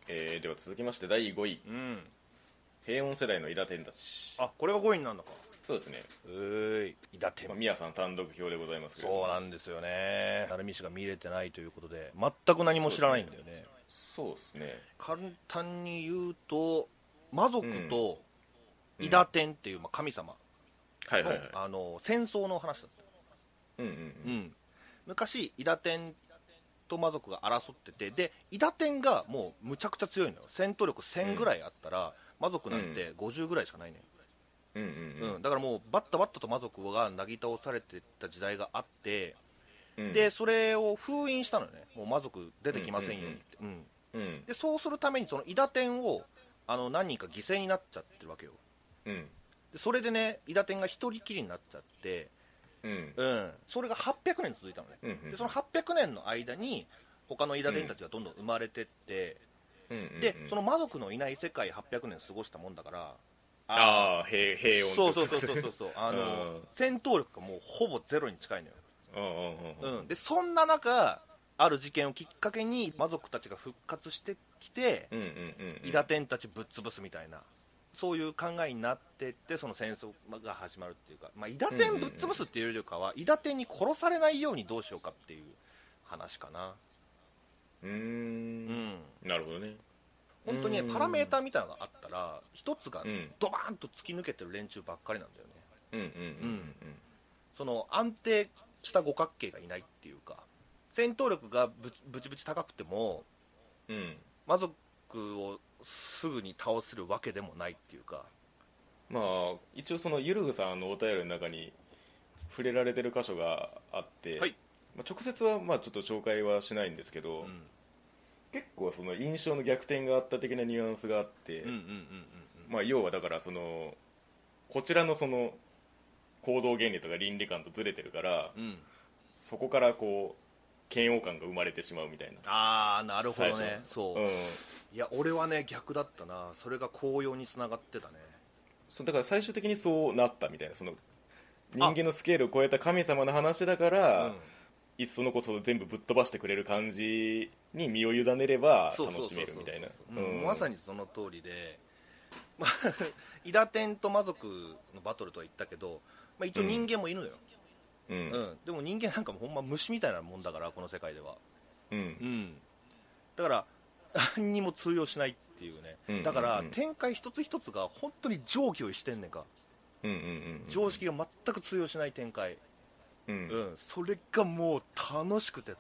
では続きまして第5位、 うん、 平穏世代の伊達天たち。 あ、これが5位になるのか。 そうですね。 伊達天、 宮さん単独票でございますけど。 そうなんですよね。成美氏が見れてないということで全く何も知らないんだよね。 そうですね。 簡単に言うと魔族と伊達天っていう、神様の、 はいはいはい、 戦争の話だった。 うんうんうん、 昔伊達天と魔族が争ってて、で伊達天がもうむちゃくちゃ強いのよ。戦闘力1000ぐらいあったら、魔族なんて50ぐらいしかないね、だからもうバッタバッタと魔族がなぎ倒されてた時代があって、でそれを封印したのよね。もう魔族出てきませんようにって、でそうするためにその伊達天を何人か犠牲になっちゃってるわけよ、でそれでね伊達天が一人きりになっちゃって、それが800年続いたのね、でその800年の間に他の伊達天たちがどんどん生まれてって、でその魔族のいない世界800年過ごしたもんだから、 平穏。 そう戦闘力がもうほぼゼロに近いのよ、でそんな中ある事件をきっかけに魔族たちが復活してきて、伊達天たちぶっ潰すみたいな、そういう考えになってって、その戦争が始まるっていうか、伊達天ぶっ潰すっていうよりかは、伊達天に殺されないようにどうしようかっていう話かな。 なるほどね。 本当にパラメーターみたいなのがあったら一つがドバーンと突き抜けてる連中ばっかりなんだよね。その安定した五角形がいないっていうか、戦闘力がブチブチ高くても、魔族をすぐに倒せるわけでもないっていうか、 一応そのゆるぐさんのお便りの中に触れられてる箇所があって、 はい、 直接はちょっと紹介はしないんですけど、結構その印象の逆転があった的なニュアンスがあって、要はだからそのこちらのその行動原理とか倫理観とずれてるから、そこからこう嫌悪感が生まれてしまうみたいな。 なるほどね。そう、いや俺はね逆だったな。それが高揚につながってたね。 だから最終的にそうなったみたいな、その人間のスケールを超えた神様の話だから、いっそのこそ全部ぶっ飛ばしてくれる感じに身を委ねれば楽しめるみたいな。 まさにその通りで、伊達天と魔族のバトルとは言ったけど、一応人間もいるのよ、でも人間なんかもほんま虫みたいなもんだから、この世界では、だから何にも通用しないっていうね、だから展開一つ一つが本当に常軌を逸してんねんか、常識が全く通用しない展開、それがもう楽しくて、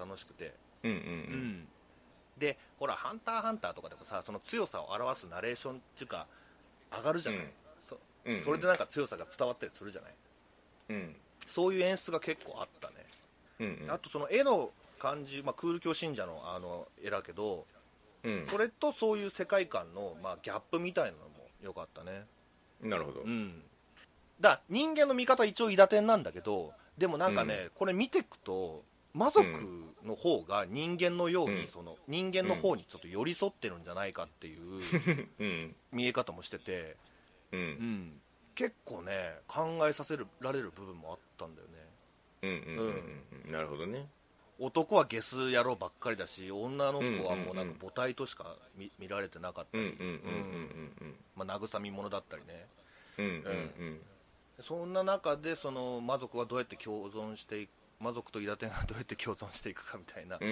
でほらハンターハンターとかでもさ、その強さを表すナレーションっていうか上がるじゃない、それでなんか強さが伝わったりするじゃない、そういう演出が結構あったね、あとその絵の感じ、クール教信者の絵だけど、それとそういう世界観の、ギャップみたいなのも良かったね。 なるほど、 だ人間の味方は一応伊達天なんだけど、でもなんかね、これ見ていくと魔族の方が人間のように、その人間の方にちょっと寄り添ってるんじゃないかっていう見え方もしてて、結構ね考えさせられる部分もあったんだよね。 なるほどね。 男はゲス野郎ばっかりだし、女の子はもうなんか母体としか 見られてなかったり、慰み者だったりね、そんな中でその魔族はどうやって共存していく、魔族と伊達天がどうやって共存していくかみたいな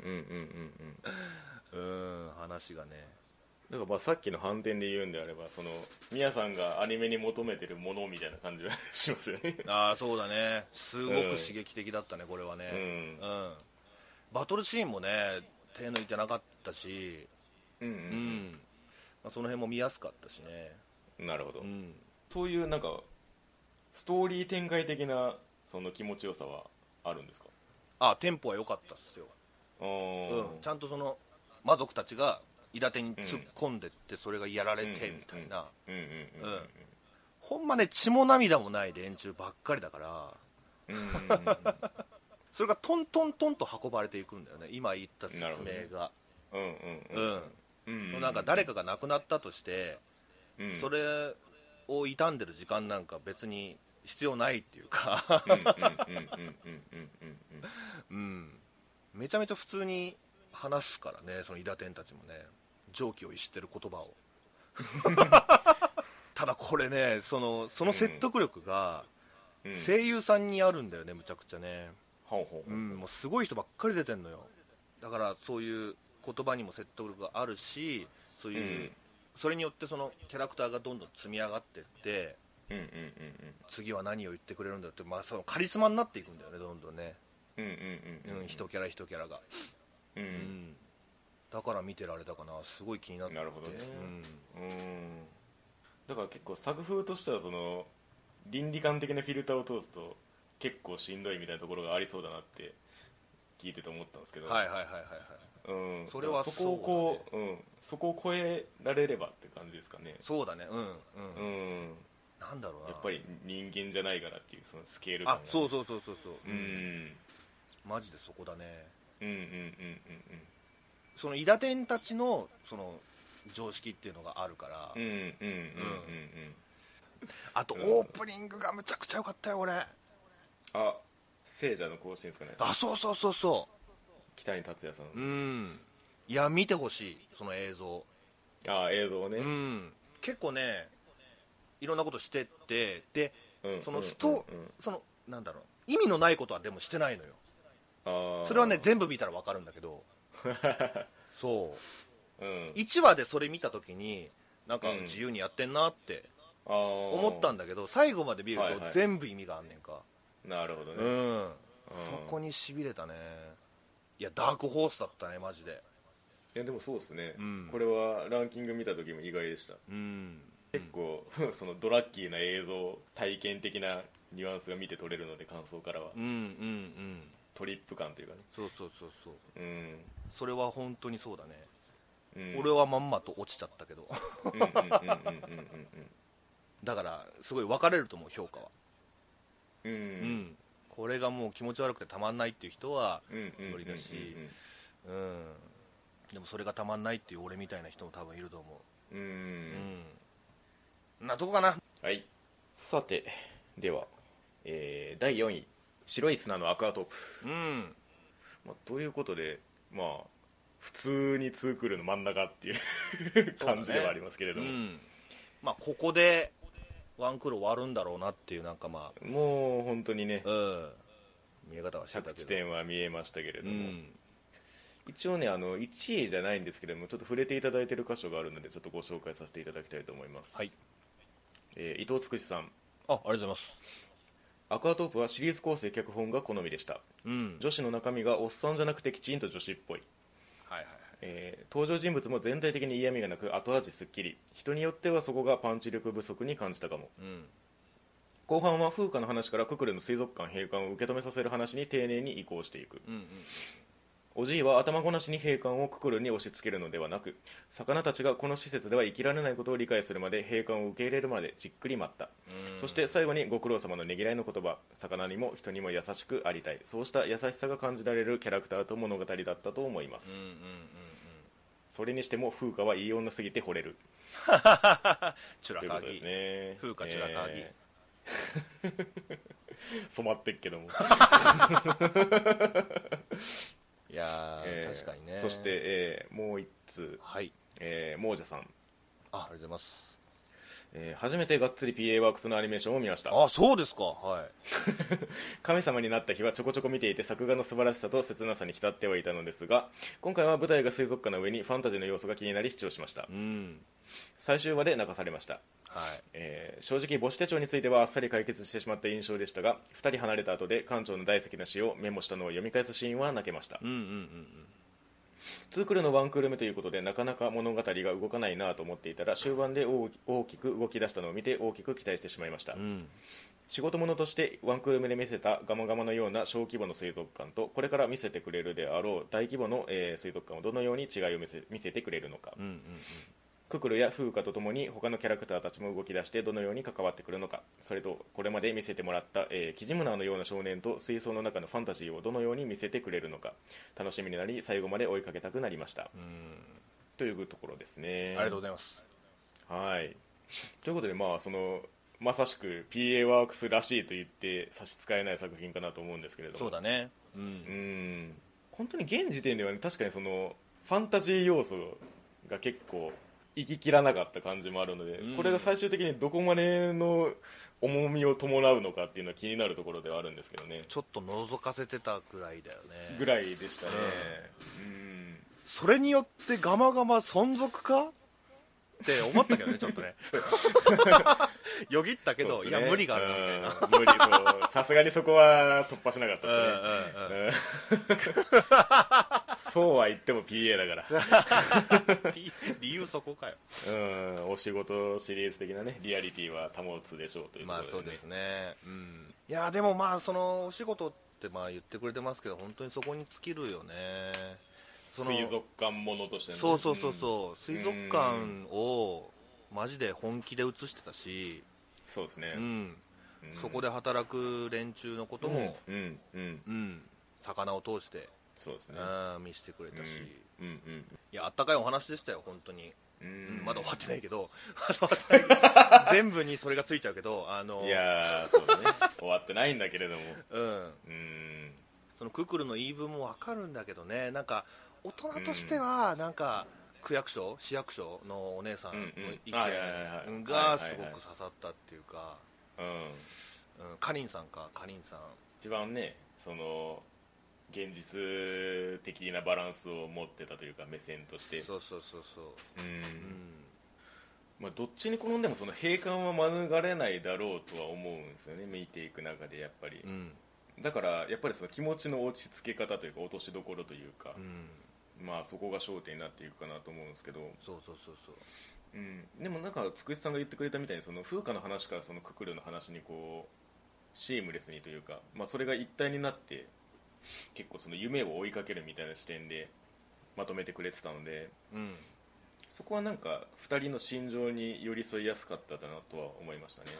話がね。 だからさっきの反転で言うんであれば、その宮さんがアニメに求めてるものみたいな感じはしますよね。 そうだね、すごく刺激的だったね、これはね。バトルシーンもね手抜いてなかったし、その辺も見やすかったしね。 なるほど、そういうなんかストーリー展開的なその気持ちよさはあるんですか？ テンポは良かったっすよ。ちゃんとその魔族たちが伊達に突っ込んでって、それがやられてみたいな、ほんまね血も涙もない連中ばっかりだから、それがトントントンと運ばれていくんだよね、今言った説明が。なんか誰かが亡くなったとして、それを傷んでる時間なんか別に必要ないっていうかめちゃめちゃ普通に話すからね、その伊達天たちもね。 常軌を逸してる言葉をただこれね、その説得力が声優さんにあるんだよね、むちゃくちゃね。もうすごい人ばっかり出てんのよ。だからそういう言葉にも説得力があるし、そういう、それによってそのキャラクターがどんどん積み上がっていって、次は何を言ってくれるんだって、そのカリスマになっていくんだよね、どんどんね。一キャラ一キャラが、だから見てられたかな、すごい気になって。 なるほどね。だから結構作風としてはその倫理観的なフィルターを通すと結構しんどいみたいなところがありそうだなって聞いてて思ったんですけど、それはそこをこう、そこを超えられればって感じですかね。 そうだね。なんだろうな、 やっぱり人間じゃないからっていうそのスケール感が、 そうマジでそこだね。その伊達天たちのその常識っていうのがあるから。あとオープニングがむちゃくちゃ良かったよ俺。 聖者の行進ですかね。 そう北谷達也さん。 いや見てほしい、その映像。 映像ね。 結構ねいろんなことしてって、でそのなんだろう、意味のないことはでもしてないのよ。それはね全部見たら分かるんだけどそう、1話でそれ見た時になんか自由にやってんなって思ったんだけど、最後まで見ると全部意味があんねんか。 なるほどね。 そこにしびれたね。いやダークホースだったねマジで。 いやでもそうですね、これはランキング見た時も意外でした。結構そのドラッキーな映像、体験的なニュアンスが見て取れるので、感想からはトリップ感というかね。 そうそれは本当にそうだね。俺はまんまと落ちちゃったけどだからすごい分かれると思う、評価は。これがもう気持ち悪くてたまんないっていう人は無理だし、でもそれがたまんないっていう俺みたいな人も多分いると思う。なとこかな。 はい、さてでは、第4位、白い砂のアクアトープ。ということで、普通にツークールの真ん中っていう感じではありますけれども、 ここでワンクール終わるんだろうなっていう、なんかもう本当にね、 見え方はしてたけど、 着地点は見えましたけれども、一応ね1位じゃないんですけれども、ちょっと触れていただいている箇所があるので、ちょっとご紹介させていただきたいと思います。伊藤つくしさん、 ありがとうございます。 アクアトープはシリーズ構成脚本が好みでした。女子の中身がおっさんじゃなくてきちんと女子っぽい。登場人物も全体的に嫌味がなく後味すっきり、人によってはそこがパンチ力不足に感じたかも。後半は風花の話からククルの水族館閉館を受け止めさせる話に丁寧に移行していく。おじいは頭ごなしに閉館をククルに押し付けるのではなく、魚たちがこの施設では生きられないことを理解するまで、閉館を受け入れるまでじっくり待った。そして最後にご苦労様のねぎらいの言葉、魚にも人にも優しくありたい、そうした優しさが感じられるキャラクターと物語だったと思います。それにしても風花はいい女すぎて惚れるチュラカギですね。風花チュラカギ、 染まってっけどもいや確かにね。 そして、もう一通、モージャさん、 ありがとうございます。 初めてがっつり PA ワークスのアニメーションを見ました。 そうですか。 神様になった日はちょこちょこ見ていて、作画の素晴らしさと切なさに浸ってはいたのですが、今回は舞台が水族館の上にファンタジーの要素が気になり視聴しました。最終話で泣かされました。正直母子手帳についてはあっさり解決してしまった印象でしたが、2人離れた後で館長の大好きな詩をメモしたのを読み返すシーンは泣けました。2クールの1クール目ということでなかなか物語が動かないなと思っていたら、終盤で大きく動き出したのを見て大きく期待してしまいました。仕事物として1クール目で見せたガマガマのような小規模の水族館と、これから見せてくれるであろう大規模の、水族館をどのように違いを見せてくれるのか、ククルや風花とともに他のキャラクターたちも動き出してどのように関わってくるのか、それとこれまで見せてもらった、キジムナーのような少年と水槽の中のファンタジーをどのように見せてくれるのか楽しみになり、最後まで追いかけたくなりましたというところですね。 ありがとうございます。 ということで、まさしく PA ワークスらしいと言って差し支えない作品かなと思うんですけれども、 そうだね。 本当に現時点では、確かにそのファンタジー要素が結構行ききらなかった感じもあるので、これが最終的にどこまでの重みを伴うのかっていうのは気になるところではあるんですけどね。 ちょっと覗かせてたぐらいだよね。 ぐらいでしたね。 それによってガマガマ存続かって思ったけどね、ちょっとねよぎったけど、ね、いや無理があるなみたいな、 無理、さすがにそこは突破しなかったですね。そうは言っても PA だから理由そこかよ。 お仕事シリーズ的なねリアリティは保つでしょうということで、ね、 まあそうですね、いやでもまあそのお仕事ってまあ言ってくれてますけど、本当にそこに尽きるよね。 水族館ものとしてね。 そう、水族館をマジで本気で映してたし、 そうですね、 そこで働く連中のことも、魚を通してそうですね、 見せてくれたし、いやあったかいお話でしたよ本当に。まだ終わってないけど全部にそれがついちゃうけど、 いやそうだね終わってないんだけれども、 そのククルの言い分も分かるんだけどね、なんか大人としてはなんか区役所市役所のお姉さんの意見がすごく刺さったっていうか、カリンさん一番ねその現実的なバランスを持ってたというか、目線として、まあ、どっちに転んでもその閉館は免れないだろうとは思うんですよね、見ていく中でやっぱり、だからやっぱりその気持ちの落ち着け方というか落としどころというか、まあそこが焦点になっていくかなと思うんですけど、でもなんかつくしさんが言ってくれたみたいに、その風花の話からそのククルの話にこうシームレスにというか、まあ、それが一体になって結構その夢を追いかけるみたいな視点でまとめてくれてたので、そこはなんか2人の心情に寄り添いやすかったなとは思いましたね。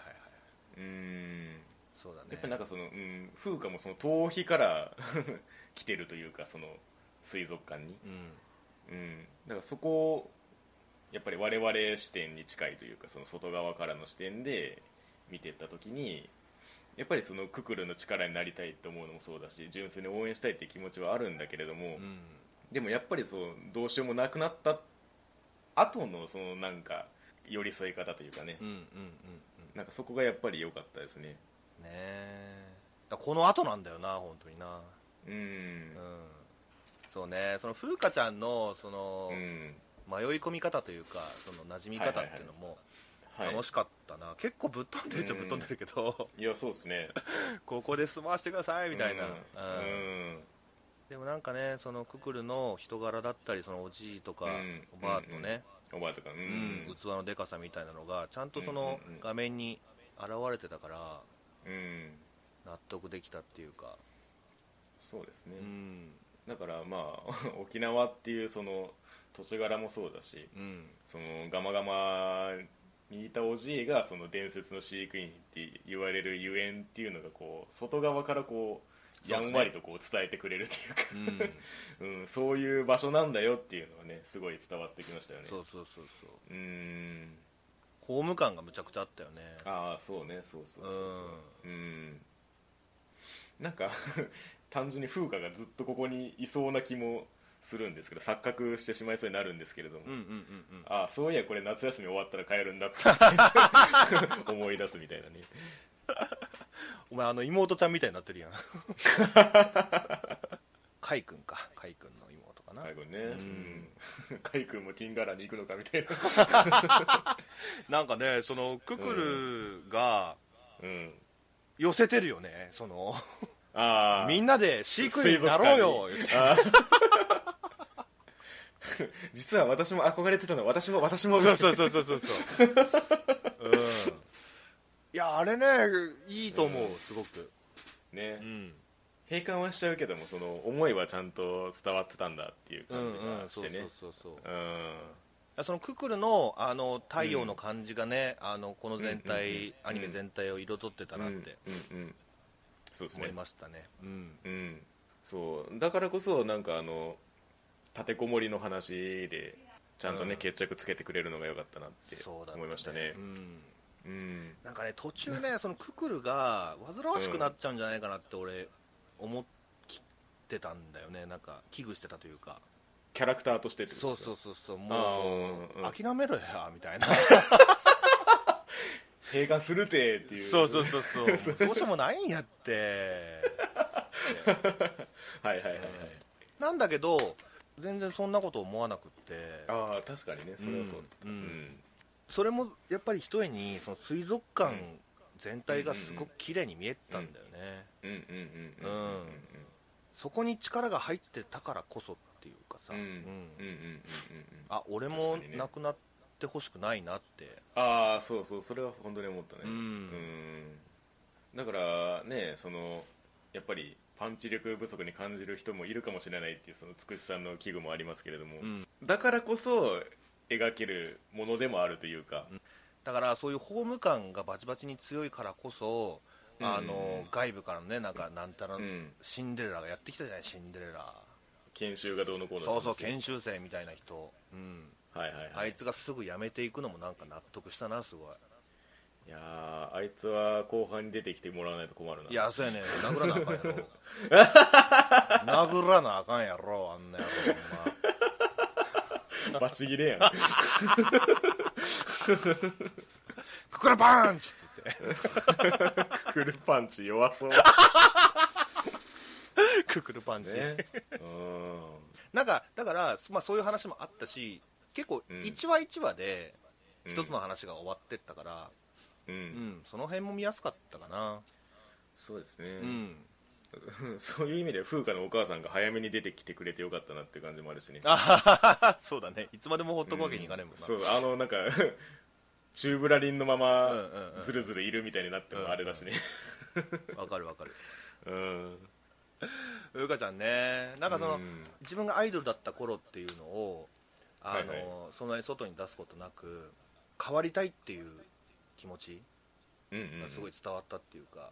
そうだね、 やっぱりなんかその、風花もその逃避から来てるというか、その水族館に、だからそこをやっぱり我々視点に近いというか、その外側からの視点で見ていった時に、やっぱりそのククルの力になりたいと思うのもそうだし、純粋に応援したいっていう気持ちはあるんだけれども、でもやっぱりそうどうしようもなくなった後のそのなんか寄り添い方というかね、なんかそこがやっぱり良かったですね。 だこの後なんだよな本当にな。そうね、その風花ちゃんのその、迷い込み方というか、その馴染み方っていうのも楽しかったな。結構ぶっ飛んでるっちゃぶっ飛んでるけど、 いやそうですねここで住まわせてくださいみたいな、でもなんかね、そのククルの人柄だったり、そのおじいとかおばあのね、 おばあとか、 器のでかさみたいなのがちゃんとその画面に現れてたから、納得できたっていうか。 そうですね、だからまあ沖縄っていうその土地柄もそうだし、そのガマガマにいたおじいがその伝説の飼育員って言われるゆえんっていうのがこう外側からこうやんわりとこう伝えてくれるというか、そういう場所なんだよっていうのはねすごい伝わってきましたよね。 ホーム感がむちゃくちゃあったよね。 そうね、そうなんか単純に風花がずっとここにいそうな気もするんですけど、錯覚してしまいそうになるんですけれども、そういやこれ夏休み終わったら帰るんだって思い出すみたいなねお前妹ちゃんみたいになってるやんカイ君の妹かな。 カイ君ね、カイ君もティンガラに行くのかみたいななんかね、そのククルが寄せてるよね、そのみんなで飼育員になろうよ言って実は私も憧れてたの、私もそういやあれねいいと思う、すごくね、閉館はしちゃうけどもその思いはちゃんと伝わってたんだっていう感じがしてね。 そのククルの太陽の感じがね、この全体、アニメ全体を彩ってたなって思いましたね。 そうだからこそなんか立てこもりの話でちゃんとね、決着つけてくれるのが良かったなって思いましたね。 なんかね途中ねそのククルが煩わしくなっちゃうんじゃないかなって俺思ってたんだよね。なんか危惧してたというか、 キャラクターとしてってことですか？ そうもう、諦めろやみたいな閉館するてっていう。 そうどうしようもないんやってはいなんだけど全然そんなこと思わなくって。 ああ確かにね、それはそうだ、 それもやっぱり一重にその水族館全体がすごく綺麗に見えたんだよね。そこに力が入ってたからこそっていうかさ、あ、俺もなくなってほしくないなって。 ああそうそれは本当に思ったね。だからね、そのやっぱりパンチ力不足に感じる人もいるかもしれないっていう、そのつくしさんの危惧もありますけれども、だからこそ描けるものでもあるというか、 だからそういうホーム感がバチバチに強いからこそ、外部からのね、なんたらシンデレラがやってきたじゃない。シンデレラ研修がどうのこうの、 そう研修生みたいな人、あいつがすぐ辞めていくのもなんか納得したな、すごい。 いやー、あいつは後半に出てきてもらわないと困るな。 いや、そうやね、殴らなあかんやろ殴らなあかんやろ、あんなやろ、ほんまバチギレやんククルパンチっつってククルパンチ弱そうククルパンチ、ね、なんかだから、そういう話もあったし、結構1話1話で一つの話が終わってったから、その辺も見やすかったかな。 そうですね、そういう意味で風花のお母さんが早めに出てきてくれてよかったなっていう感じもあるしね。 そうだね、いつまでもほっとくわけにいかねえもんな。 そう、なんかチューブラリンのままずるずるいるみたいになってもあれだしね。 わかる風花ちゃんね、なんかその、自分がアイドルだった頃っていうのをそんなに外に出すことなく変わりたいっていう気持ちがすごい伝わったっていうか、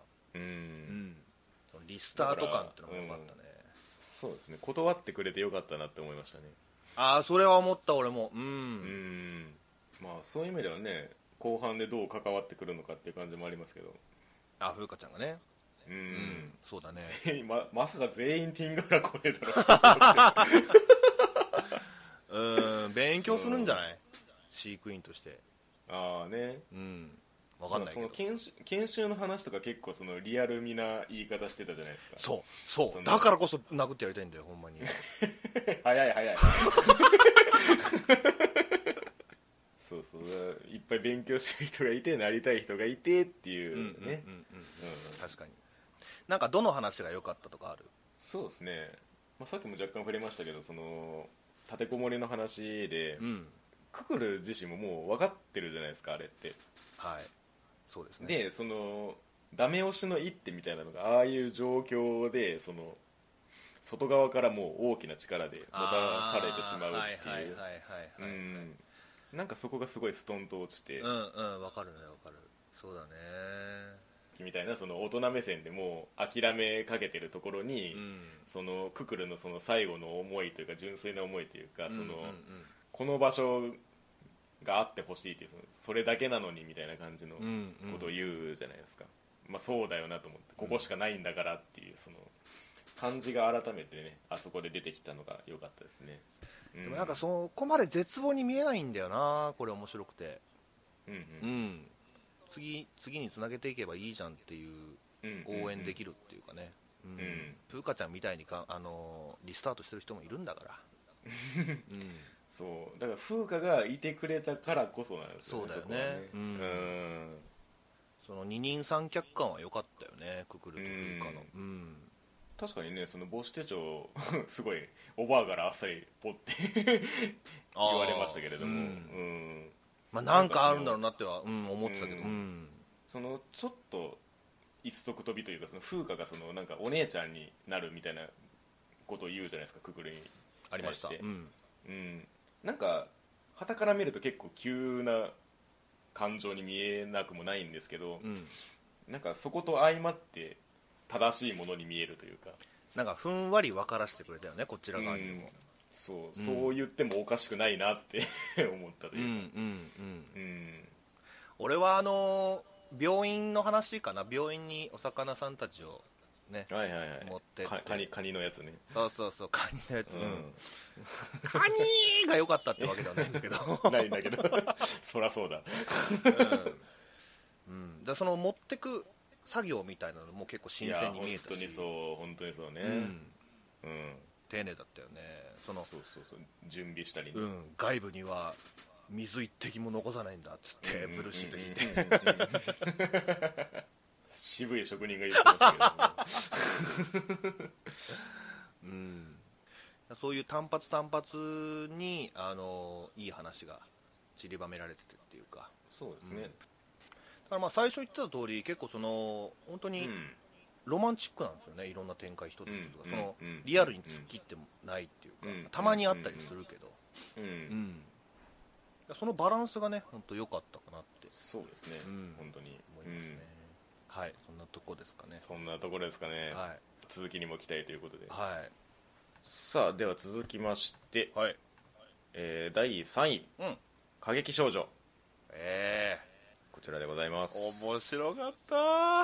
リスタート感ってのがよかったね。 そうですね、断ってくれてよかったなって思いましたね。 ああ、それは思った俺も。 まあそういう意味ではね、後半でどう関わってくるのかっていう感じもありますけど。 風花ちゃんがね、そうだね。 まさか全員ティンガラこれだろ勉強するんじゃない、飼育員として。 ああね、 分かんないけど、 その研修の話とか結構そのリアル味な言い方してたじゃないですか。 そうだからこそ殴ってやりたいんだよ、ほんまに早いそういっぱい勉強してる人がいて、なりたい人がいてっていうね。 確かに。なんかどの話が良かったとかある？ そうですね、さっきも若干触れましたけど、その立てこもりの話で、ククル自身ももう分かってるじゃないですか、あれって。 そうですね。 で、そのダメ押しの一手みたいなのがああいう状況で、その外側からもう大きな力で持たされてしまうっていう、なんかそこがすごいストンと落ちて、 分かるね、分かる。そうだね、 みたいな、その大人目線でもう諦めかけてるところに、そのククルのその最後の思いというか、純粋な思いというか、そのこの場所があってほしいっていう、それだけなのにみたいな感じのことを言うじゃないですか。そうだよなと思って、ここしかないんだからっていう、その感じが改めてね、あそこで出てきたのが良かったですね。 でもなんかそこまで絶望に見えないんだよな、これ面白くて。次につなげていけばいいじゃんっていう、応援できるっていうかね。風花ちゃんみたいにリスタートしてる人もいるんだからそうだから風花がいてくれたからこそなんですよね。 そうだよね。その二人三脚感は良かったよね、ククルと風花の。 確かにね、その母子手帳すごいおばあからあっさりポッて言われましたけれども、 なんかあるんだろうなっては思ってたけど、 そのちょっと一足飛びというか、その風花がそのなんかお姉ちゃんになるみたいなことを言うじゃないですか、ククルにありました。 なんか傍から見ると結構急な感情に見えなくもないんですけど、なんかそこと相まって正しいものに見えるというか、 なんかふんわり分からせてくれたよね、こちら側にも。 そう言ってもおかしくないなって思ったというか。 俺は病院の話かな、病院にお魚さんたちをね、 はいはいはい、 持ってってカニのやつね。 そうそうそう、カニのやつ、カニが良かったってわけではないんだけどないんだけどそらそうだだその持ってく作業みたいなのも結構新鮮に見えたし、 いや本当にそうね、 丁寧だったよね。 そう準備したりね、 外部には水一滴も残さないんだっつってブルーシート引いて渋い職人が言ってましたけどそういう単発単発にいい話が散りばめられててっていうか、 そうですね、 だからまあ最初言ってた通り結構その本当にロマンチックなんですよね、いろんな展開一つ一つが、そのリアルに突っ切ってもないっていうか、たまにあったりするけど、そのバランスがね本当良かったかなって。 そうですね、本当に思いますね。はい、そんなとこですかね。 そんなところですかね、 はい、 続きにも期待ということで、 はい、 さあでは続きまして、 はい、 第3位、過激少女、こちらでございます。 面白かった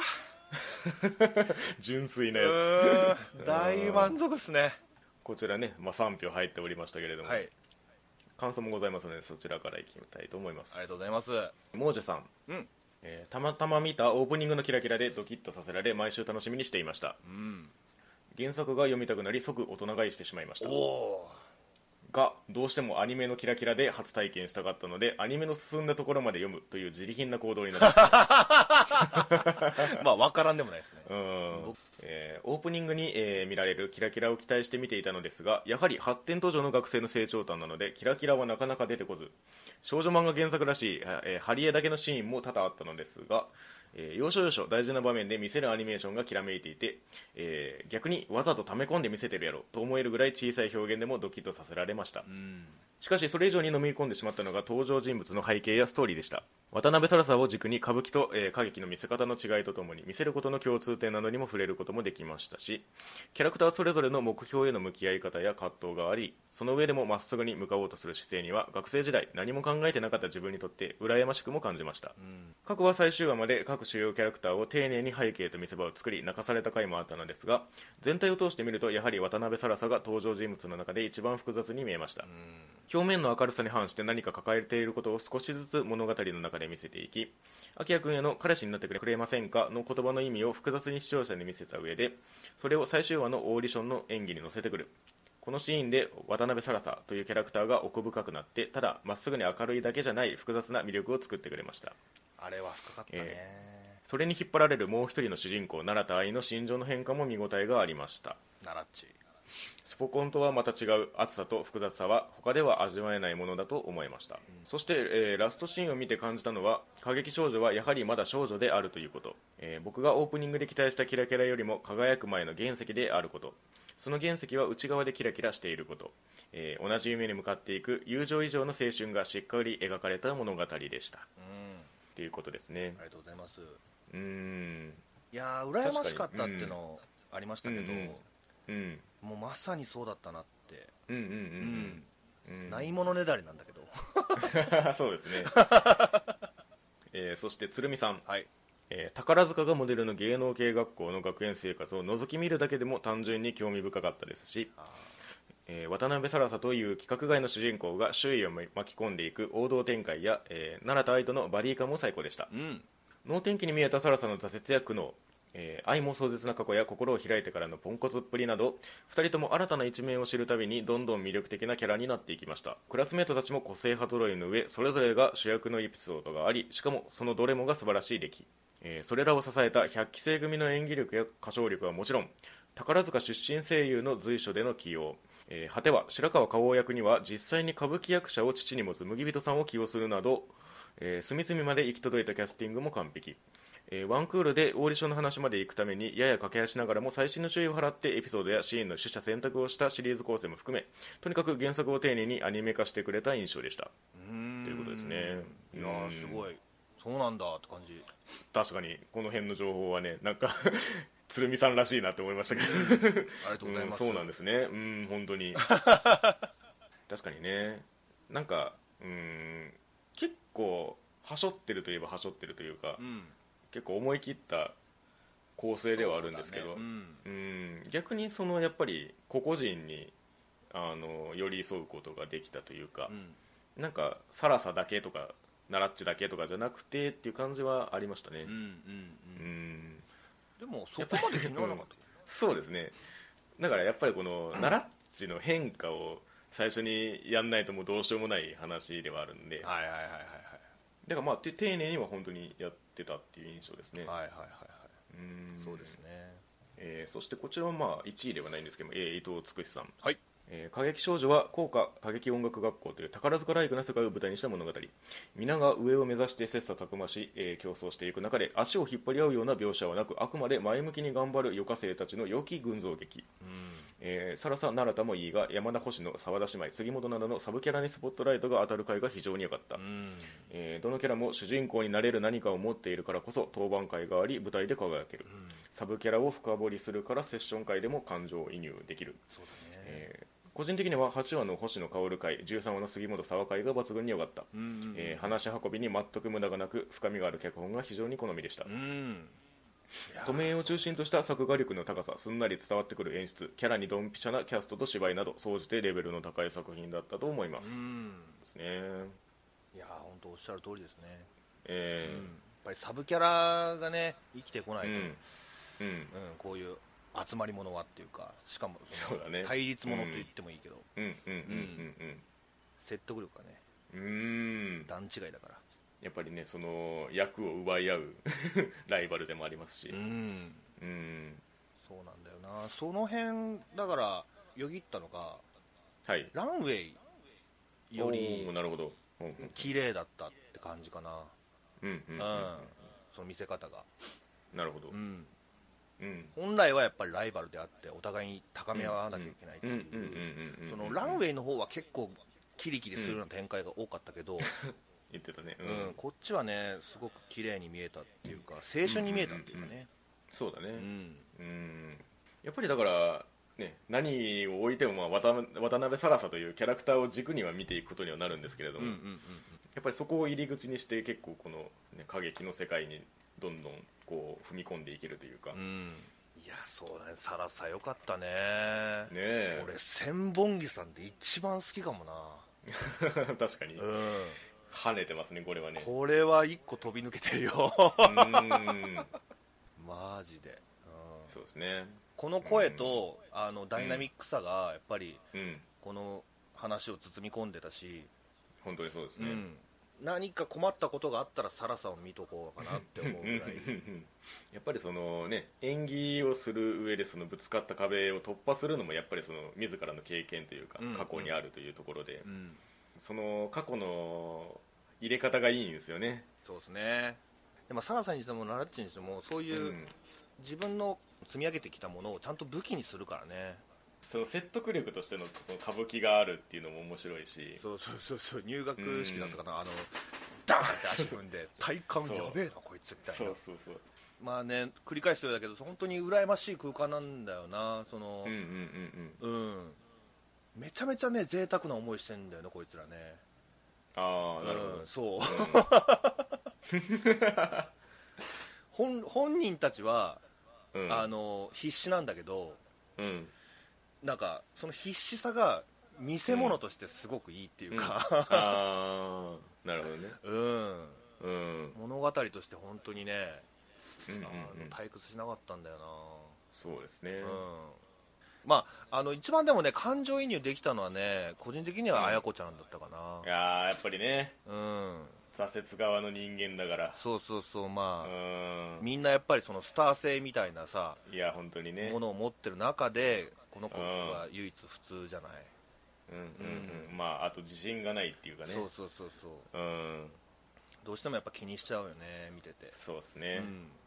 純粋なやつ大満足ですね。 こちらね、3票入っておりましたけれども、 はい、 感想もございますのでそちらからいきたいと思います。 ありがとうございます。 モージェさん、たまたま見たオープニングのキラキラでドキッとさせられ毎週楽しみにしていました、原作が読みたくなり即大人買いしてしまいました。がどうしてもアニメのキラキラで初体験したかったのでアニメの進んだところまで読むという自利品な行動になってまあ分からんでもないですね。 オープニングに、見られるキラキラを期待して見ていたのですが、やはり発展途上の学生の成長譚なのでキラキラはなかなか出てこず、少女漫画原作らしい、ハリエだけのシーンも多々あったのですが、要所要所大事な場面で見せるアニメーションがきらめいていて、逆にわざと溜め込んで見せてるやろと思えるぐらい小さい表現でもドキッとさせられました。しかしそれ以上に飲み込んでしまったのが登場人物の背景やストーリーでした。渡辺更紗を軸に歌舞伎と、歌劇の見せ方の違いとともに見せることの共通点などにも触れることもできましたし、キャラクターそれぞれの目標への向き合い方や葛藤があり、その上でもまっすぐに向かおうとする姿勢には学生時代何も考えてなかった自分にとって羨ましくも感じました。過去は最終話まで各主要キャラクターを丁寧に背景と見せ場を作り泣かされた回もあったのですが、全体を通して見るとやはり渡辺更紗が登場人物の中で一番複雑に見えました。表面の明るさに反して何か抱えていることを少しずつ物語の中で見せていき、明君への彼氏になってくれませんかの言葉の意味を複雑に視聴者に見せた上で、それを最終話のオーディションの演技に乗せてくる。このシーンで渡辺更紗というキャラクターが奥深くなって、ただまっすぐに明るいだけじゃない複雑な魅力を作ってくれました。 あれは深かったね。 それに引っ張られるもう一人の主人公奈良田愛の心情の変化も見応えがありました。 奈良っちスポコンとはまた違う熱さと複雑さは他では味わえないものだと思いました。そして、ラストシーンを見て感じたのは、過激少女はやはりまだ少女であるということ、僕がオープニングで期待したキラキラよりも輝く前の原石であること、その原石は内側でキラキラしていること、同じ夢に向かっていく友情以上の青春がしっかり描かれた物語でした、ということですね。 ありがとうございます。いやー羨ましかったっていうのありましたけど、もうまさにそうだったなって。ないものねだりなんだけどそうですねそして鶴見さん、 はい、 宝塚がモデルの芸能系学校の学園生活を覗き見るだけでも単純に興味深かったですし、渡辺更紗という規格外の主人公が周囲を巻き込んでいく王道展開や、奈良田愛とのバディ感も最高でした。能天気に見えた更紗の挫折や苦悩、愛も壮絶な過去や心を開いてからのポンコツっぷりなど、2人とも新たな一面を知るたびにどんどん魅力的なキャラになっていきました。クラスメートたちも個性派揃いの上、それぞれが主役のエピソードがあり、しかもそのどれもが素晴らしい出来、それらを支えた100期生組の演技力や歌唱力はもちろん、宝塚出身声優の随所での起用、果ては白川花王役には実際に歌舞伎役者を父に持つ麦人さんを起用するなど、隅々まで行き届いたキャスティングも完璧。ワンクールでオーディションの話まで行くためにやや駆け足ながらも細心の注意を払ってエピソードやシーンの取捨選択をしたシリーズ構成も含め、とにかく原作を丁寧にアニメ化してくれた印象でした。ということですね。 いやーすごい、そうなんだって感じ。 確かにこの辺の情報はね、なんか鶴見さんらしいなって思いましたけどありがとうございます。 そうなんですね。本当に確かにね、なんか結構はしょってるといえばはしょってるというか、結構思い切った構成ではあるんですけど、逆にそのやっぱり個々人に寄り添うことができたというか、なんかサラサだけとかナラッチだけとかじゃなくてっていう感じはありましたね。 でもそこまで気にならなかった、 そうですね。だからやっぱりこのナラッチの変化を最初にやんないともうどうしようもない話ではあるんで、だからまあ丁寧には本当にやってたっていう印象ですね。 そうですね。 そしてこちらはまあ1位ではないんですけども、伊藤つくしさん、 はい。 歌劇少女は校歌歌劇音楽学校という宝塚ライクな世界を舞台にした物語。皆が上を目指して切磋琢磨し、競争していく中で足を引っ張り合うような描写はなく、あくまで前向きに頑張る余暇生たちの良き群像劇。サラサ奈良田もいいが、山田星野沢田姉妹杉本などのサブキャラにスポットライトが当たる回が非常に良かった。どのキャラも主人公になれる何かを持っているからこそ当番回があり舞台で輝ける。サブキャラを深掘りするからセッション回でも感情移入できる。 そうだね。 個人的には8話の星野薫回、13話の杉本沢回が抜群に良かった。話し運びに全く無駄がなく深みがある脚本が非常に好みでした。都名を中心とした作画力の高さ、すんなり伝わってくる演出、キャラにドンピシャなキャストと芝居など総じてレベルの高い作品だったと思います。ですね。 いや本当おっしゃる通りですね。やっぱりサブキャラがね生きてこないと、こういう集まり物はっていうか、しかもそうだね、 対立物と言ってもいいけど、説得力がね段違いだから、 やっぱりねその役を奪い合うライバルでもありますし、そうなんだよな。その辺だからよぎったのが、ランウェイより綺麗だったって感じかな。その見せ方が。 なるほど。 本来はやっぱりライバルであってお互いに高め合わなきゃいけないっていう、そのランウェイの方は結構キリキリするような展開が多かったけど、 言ってたね。 こっちはねすごく綺麗に見えたっていうか、青春に見えたっていうかね。 そうだね。やっぱりだからね、何を置いても渡辺サラサというキャラクターを軸には見ていくことにはなるんですけれども、やっぱりそこを入り口にして結構この、ね、歌劇の世界にどんどんこう踏み込んでいけるというか、 いやそうだね、サラサよかったね。俺千本木さんで一番好きかもな。 確かに、跳ねてますねこれはね。 これは一個飛び抜けてるよ。マジで、 そうですね。 この声とダイナミックさがやっぱりこの話を包み込んでたし、 本当にそうですね。 何か困ったことがあったらサラサを見とこうかなって思うぐらいやっぱりそのね、演技をする上でそのぶつかった壁を突破するのもやっぱりその自らの経験というか過去にあるというところで、その過去の入れ方がいいんですよね。 そうですね。でもサラサにしてもナラッチにしてもそういう自分の積み上げてきたものをちゃんと武器にするからね。 その説得力としての歌舞伎があるっていうのも面白いし、 そう入学式だったかな、ダーンって足踏んで体幹やべえなこいつみたいな。まあね、繰り返すようだけど本当に羨ましい空間なんだよな。そのめちゃめちゃね贅沢な思いしてんだよねこいつらね。 ああなるほど。 そう本人たちは必死なんだけど、なんかその必死さが見せ物としてすごくいいっていうか、 なるほどね。 物語として本当にね、退屈しなかったんだよな。 そうですね。 まあ一番でもね感情移入できたのはね個人的には綾子ちゃんだったかな。 いややっぱりね、挫折側の人間だから。 そうまあみんなやっぱりそのスター性みたいなさ、 いや本当にね、 ものを持ってる中でこの子は唯一普通じゃない。 まああと自信がないっていうかね。 そうどうしてもやっぱ気にしちゃうよね見てて。 そうですね。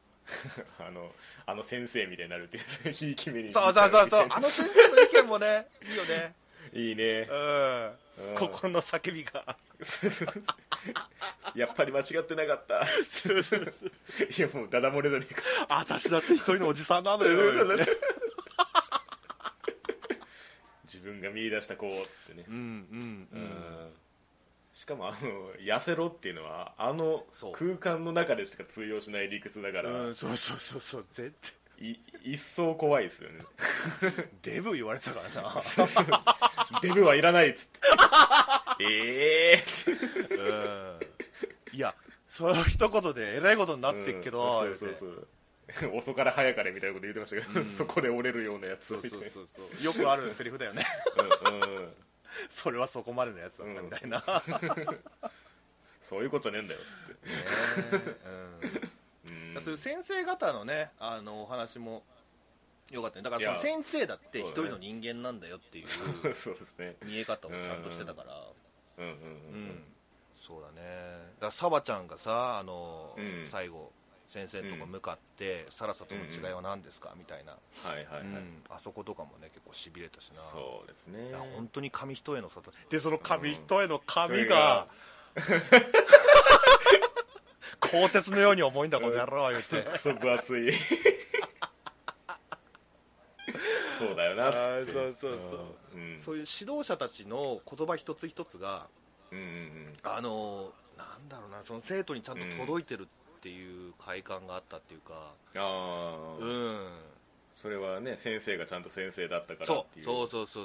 先生みたいになるっていうひいき目に。 そう先生の意見もねいいよね。 いいね。 心の叫びがやっぱり間違ってなかった。いやもうダダ漏れだね。 私だって一人のおじさんなのよ自分が見出した子っつってね。しかも痩せろっていうのは空間の中でしか通用しない理屈だから。 そう絶対一層怖いですよね。 デブ言われてたからな。 デブはいらないっつっていやその一言でえらいことになってっけど、 そう遅から早かれみたいなこと言ってましたけど、そこで折れるようなやつを見て、 よくあるセリフだよね。それはそこまでのやつだったみたいな、 そういうことねえんだよっつって、 そういう先生方のねお話もよかったね。だからその先生だって一人の人間なんだよっていう見え方をちゃんとしてたから、そうだね。だからサバちゃんがさ最後先生のとこ向かって、サラサとの違いは何ですかみたいな、あそことかもね結構しびれたしな。 そうですね。 いや本当に紙一重の里で、その紙一重の紙が鋼鉄のように重いんだこの野郎言って、 クソ分厚いそうだよなって。 そういう指導者たちの言葉一つ一つが、なんだろうな、その生徒にちゃんと届いてるっていう快感があったっていうか、 それはね先生がちゃんと先生だったからっていう。 そうだからね。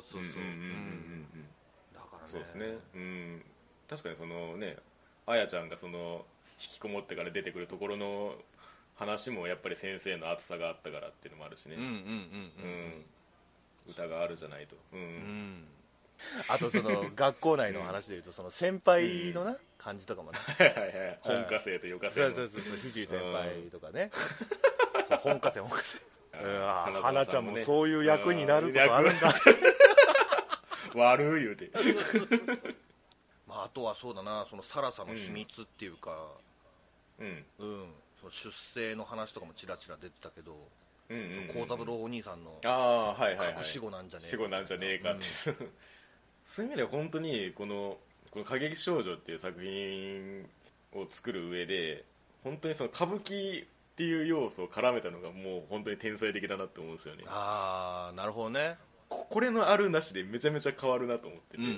そうですね。確かにそのね、あやちゃんがその引きこもってから出てくるところの話もやっぱり先生の熱さがあったからっていうのもあるしね。歌があるじゃないと。 あとその学校内の話でいうと、その先輩のな感じとかもね、 本科生と余科生の、 ひじり先輩とかね、本科生花ちゃんもそういう役になることあるんだ悪い言うてあとはそうだな、そのサラサの秘密っていうか、その出生の話とかもちらちら出てたけど、幸三郎お兄さんの隠し子なんじゃねえかって、そういう意味では本当にこの歌劇少女っていう作品を作る上で本当にその歌舞伎っていう要素を絡めたのがもう本当に天才的だなって思うんですよね。 なるほどね。 これのあるなしでめちゃめちゃ変わるなと思ってて、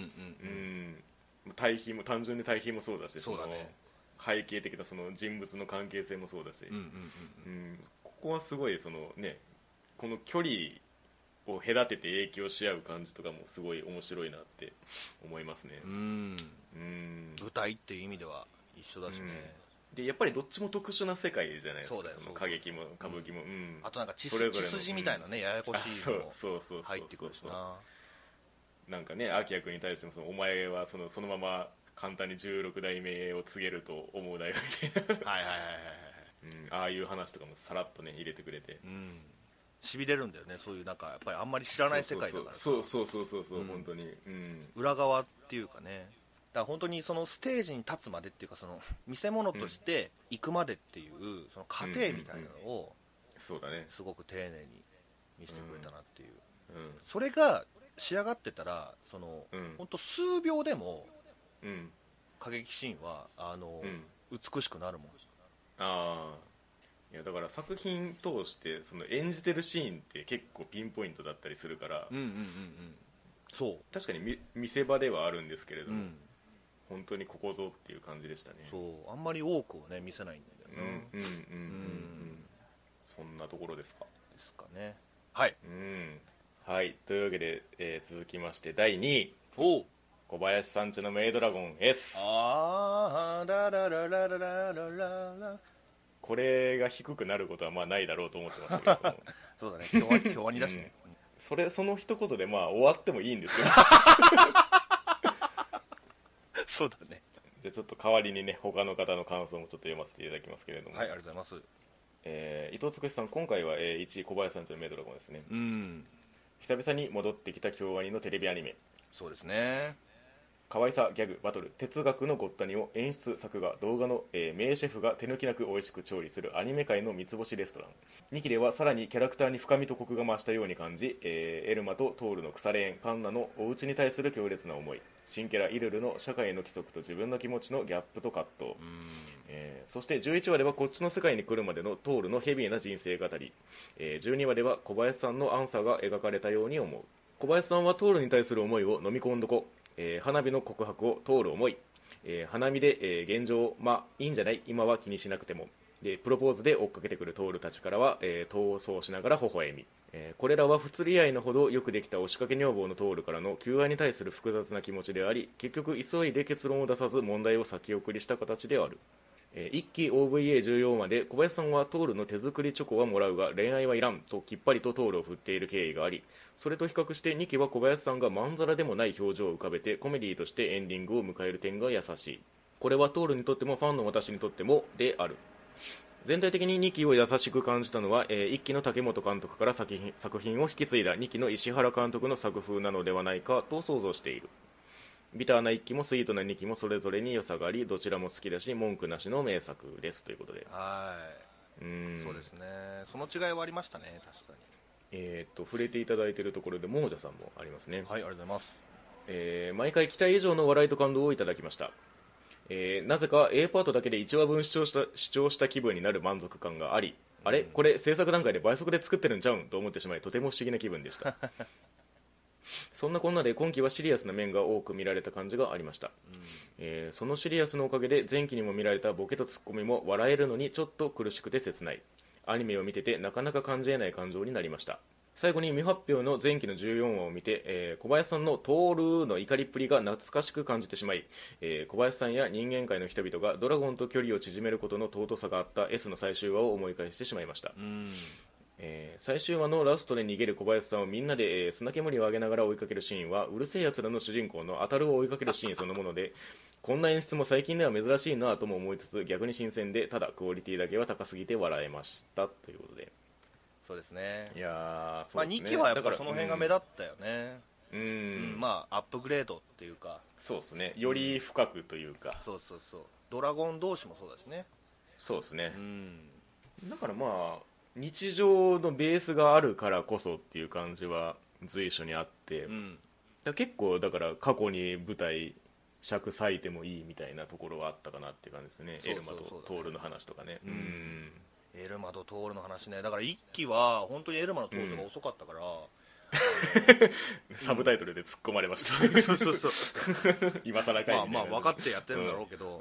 対比も単純に対比もそうだし、 そうだね、 背景的なその人物の関係性もそうだし、ここはすごいそのね、この距離を隔てて影響し合う感じとかもすごい面白いなって思いますね。 舞台っていう意味では一緒だしね。 でやっぱりどっちも特殊な世界じゃないですか。その歌劇も歌舞伎も、 あとなんか血筋みたいなね、ややこしいのも入ってくるしな。 なんかね、秋谷君に対してもお前はそのまま簡単に16代目を告げると思うなよみたいなああいう話とかもさらっとね入れてくれて、しびれるんだよね。そういうなんかやっぱりあんまり知らない世界だから、 そう本当に、 裏側っていうかね。だから本当にそのステージに立つまでっていうか、その見せ物として行くまでっていうその過程みたいなのをそうだね、 すごく丁寧に見せてくれたなっていう、それが仕上がってたらその、本当数秒でも、歌劇シーンは美しくなるもん。 いやだから作品通してその演じてるシーンって結構ピンポイントだったりするから、そう確かに見せ場ではあるんですけれども、本当にここぞっていう感じでしたね。 そうあんまり多くをね見せないんだよね。 そんなところですかね。はい、 はい、というわけで、続きまして第2位、小林さんちのメイドラゴン S。 これが低くなることはまあないだろうと思ってましたけどそうだね、今日はにだしね、 その一言でまあ終わってもいいんですよそうだね。 じゃあちょっと代わりにね他の方の感想もちょっと読ませていただきますけれども。 はい、ありがとうございます。 伊藤つくしさん、今回は1位小林さんちのメイドラゴンですね。久々に戻ってきた京アニのテレビアニメ。 そうですね。 可愛さ、ギャグ、バトル、哲学のごったにを演出、作画、動画の、名シェフが手抜きなく美味しく調理するアニメ界の三つ星レストラン。2期ではさらにキャラクターに深みとコクが増したように感じ、エルマとトールの腐れ縁、カンナのお家に対する強烈な思い、新キャライルルの社会の規則と自分の気持ちのギャップと葛藤、そして11話ではこっちの世界に来るまでのトールのヘビーな人生語り、12話では小林さんのアンサーが描かれたように思う。小林さんはトールに対する思いを飲み込んどこ、花火の告白を通る思い、花見で、現状いいんじゃない今は気にしなくても、 でプロポーズで追っかけてくるトールたちからは、逃走しながら微笑み、これらは不釣り合いのほどよくできた押しかけ女房のトールからの求愛に対する複雑な気持ちであり、結局急いで結論を出さず問題を先送りした形である。1期 OVA14 話で小林さんはトールの手作りチョコはもらうが恋愛はいらんときっぱりとトールを振っている経緯があり、それと比較して2期は小林さんがまんざらでもない表情を浮かべてコメディとしてエンディングを迎える点が優しい。これはトールにとってもファンの私にとってもである。全体的に2期を優しく感じたのは、1期の竹本監督から作品を引き継いだ2期の石原監督の作風なのではないかと想像している。ビターな1期もスイートな2期もそれぞれに良さがあり、どちらも好きだし文句なしの名作ですということで。 はい、そうですね、その違いはありましたね、確かに。 触れていただいているところでももじゃさんもありますね。 はい、ありがとうございます。 毎回期待以上の笑いと感動をいただきました。なぜか A パートだけで1話分視聴した気分になる満足感があり、あれこれ制作段階で倍速で作ってるんちゃうんと思ってしまい、とても不思議な気分でしたそんなこんなで今期はシリアスな面が多く見られた感じがありました。そのシリアスのおかげで前期にも見られたボケとツッコミも笑えるのにちょっと苦しくて切ない。アニメを見ててなかなか感じ得ない感情になりました。最後に未発表の前期の14話を見て、小林さんのトールの怒りっぷりが懐かしく感じてしまい、小林さんや人間界の人々がドラゴンと距離を縮めることの尊さがあった S の最終話を思い返してしまいました。最終話のラストで逃げる小林さんをみんなで、砂煙を上げながら追いかけるシーンはうるせえやつらの主人公のアタルを追いかけるシーンそのものでこんな演出も最近では珍しいなとも思いつつ逆に新鮮で、ただクオリティだけは高すぎて笑えましたということで。 そうですね。 いやそうですね、 2期はやっぱその辺が目立ったよね。まあアップグレードっていうか、 そうですね、より深くというか、 そうそうそう、ドラゴン同士もそうだしね。 そうですね、だからまあ日常のベースがあるからこそっていう感じは随所にあって、だ結構だから過去に舞台尺割いてもいいみたいなところはあったかなっていう感じですね。エルマとトールの話とかね。 エルマとトールの話ね。だから1期は本当にエルマの登場が遅かったから、 サブタイトルで突っ込まれました、 そうそうそう今更かいみたいな。 まあ分かってやってるんだろうけど、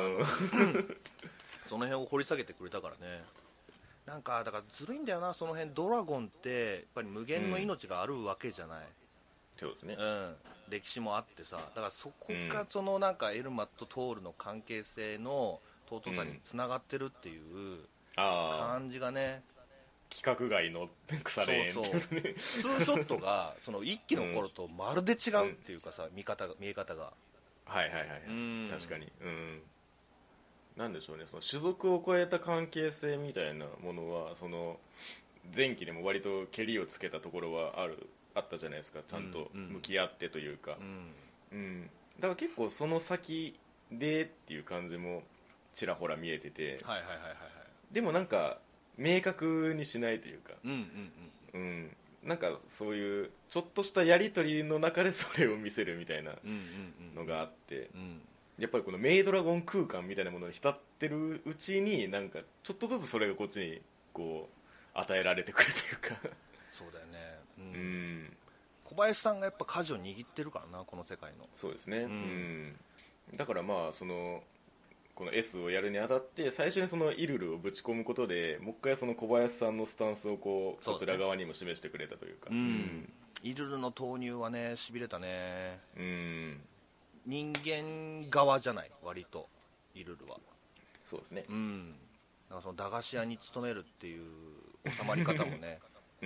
その辺を掘り下げてくれたからね。なんかだからずるいんだよな、その辺。ドラゴンってやっぱり無限の命があるわけじゃない、 そうですね、 歴史もあってさ、だからそこがそのなんかエルマとトールの関係性の尊さにつながってるっていう感じがね、 規格外の腐れ縁、 そうそうツーショットがその1期の頃とまるで違うっていうかさ、見え方がはいはいはい、確かに、なんでしょうね、その種族を超えた関係性みたいなものはその前期でも割とけりをつけたところはあったじゃないですか、ちゃんと向き合ってというか、だから結構その先でっていう感じもちらほら見えてて、でもなんか明確にしないというか、なんかそういうちょっとしたやり取りの中でそれを見せるみたいなのがあって、やっぱりこのメイドラゴン空間みたいなものに浸ってるうちになんかちょっとずつそれがこっちにこう与えられてくるというかそうだよね、小林さんがやっぱ舵を握ってるからな、この世界の。 そうですね、だからまあこの S をやるにあたって最初にそのイルルをぶち込むことでもう一回その小林さんのスタンスをこちら側にも示してくれたというか、 イルルの投入はね、しびれたね。人間側じゃない、割とイルルは。 そうですね、 なんかその駄菓子屋に勤めるっていう収まり方もね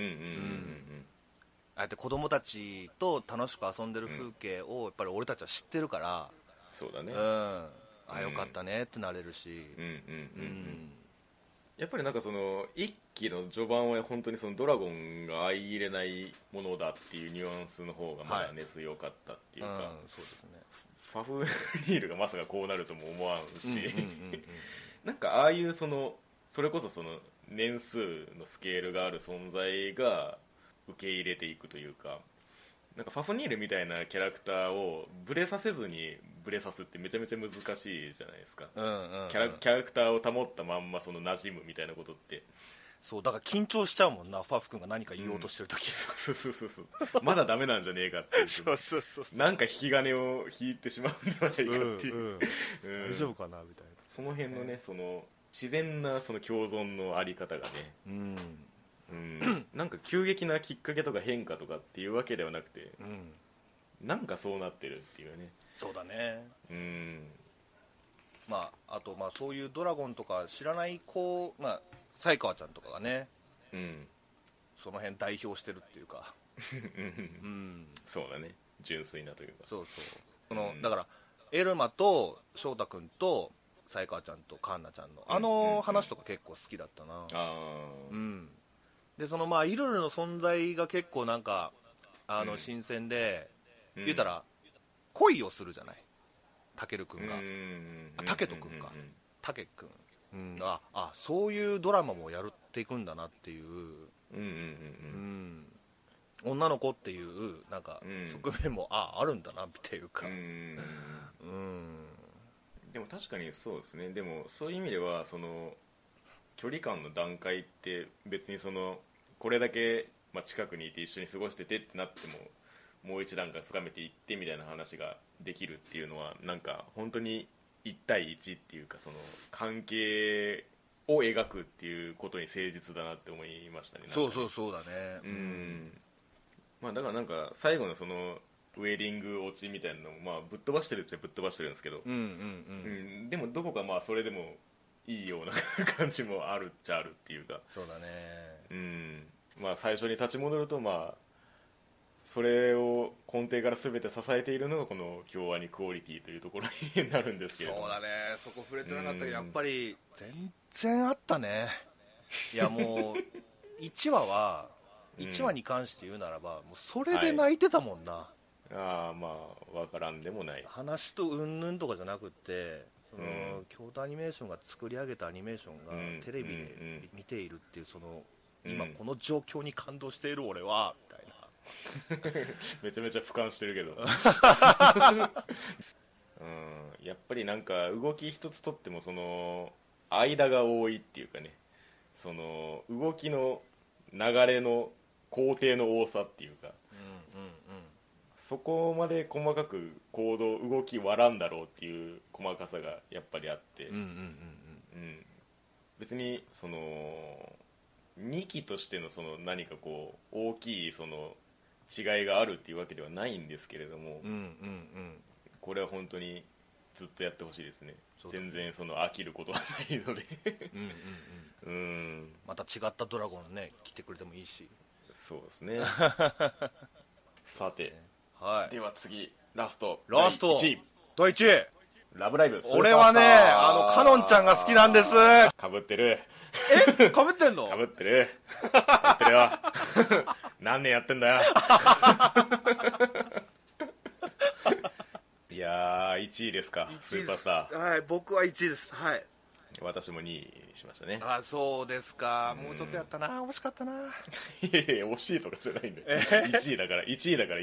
ああやって子供たちと楽しく遊んでる風景をやっぱり俺たちは知ってるから、 そうだね、 あ、よかったねってなれるし、 やっぱりなんかその一期の序盤は本当にそのドラゴンが相入れないものだっていうニュアンスの方がまだ根強かったっていうか、 そうですね、 ファフニールがまさかこうなるとも思わんし、なんかああいうそれこそその年数のスケールがある存在が受け入れていくというか、なんかファフニールみたいなキャラクターをブレさせずにブレさすってめちゃめちゃ難しいじゃないですか、キャラクターを保ったまんまその馴染むみたいなことって。 そうだから緊張しちゃうもんな、ファフ君が何か言おうとしてるとき、 そうまだダメなんじゃねえかっていうなんか引き金を引いてしまうんではないかっていう、 大丈夫かなみたいな、 その辺のね、その自然なその共存のあり方がね、なんか急激なきっかけとか変化とかっていうわけではなくて、なんかそうなってるっていうね。 そうだね。あとそういうドラゴンとか知らない子、才川ちゃんとかがね、その辺代表してるっていうかそうだね、純粋なというか。 そうだからエルマと翔太君と才川ちゃんとカンナちゃんの話とか結構好きだったな。でそのイルルの存在が結構なんか新鮮で、言うたら恋をするじゃない、タケル君が、タケト君か、タケ君、そういうドラマもやっていくんだなっていう、女の子っていうなんか側面もあるんだなっていうか、 でも確かにそうですね。でもそういう意味ではその距離感の段階って別にそのこれだけ近くにいて一緒に過ごしててってなってももう一段階深めていってみたいな話ができるっていうのはなんか本当に1対1っていうかその関係を描くっていうことに誠実だなって思いましたね。 そうだね。 だからなんか最後のそのウェディング落ちみたいなのもぶっ飛ばしてるっちゃぶっ飛ばしてるんですけど、でもどこかそれでもいいような感じもあるっちゃあるっていうか。 そうだね。 最初に立ち戻るとそれを根底から全て支えているのがこの京アニクオリティというところになるんですけど。 そうだね、そこ触れてなかったけど、やっぱり全然あったね。いやもう1話に関して言うならばもうそれで泣いてたもんな。 分からんでもない。 話とうんぬんとかじゃなくってその、京都アニメーションが作り上げたアニメーションがテレビで見ているっていうその今この状況に感動している俺はみたいなめちゃめちゃ俯瞰してるけどやっぱりなんか動き一つとってもその間が多いっていうかね、その動きの流れの工程の多さっていうか、そこまで細かく動き割らんだろうっていう細かさがやっぱりあって、別にその2期としてのその何かこう大きいその違いがあるっていうわけではないんですけれども、これは本当にずっとやってほしいですね。全然その飽きることはないのでまた違ったドラゴンね来てくれてもいいし。 そうですねさて、では次ラスト第1位ラブライブ。 俺はねカノンちゃんが好きなんです。 かぶってる。 かぶってんの？ かぶってるよ何年やってんだよいやー1位ですか。スーパースター。 はい、僕は1位です。はい、 私も2位にしましたね。 そうですか。もうちょっとやったな、惜しかったな。 いや惜しいとかじゃないんで、1位だからいいじゃん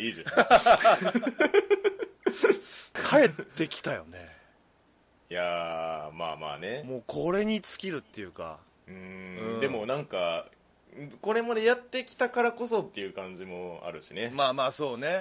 帰ってきたよね。 いやーね、 もうこれに尽きるっていうか、 でもなんかこれまでやってきたからこそっていう感じもあるしね。 そうね。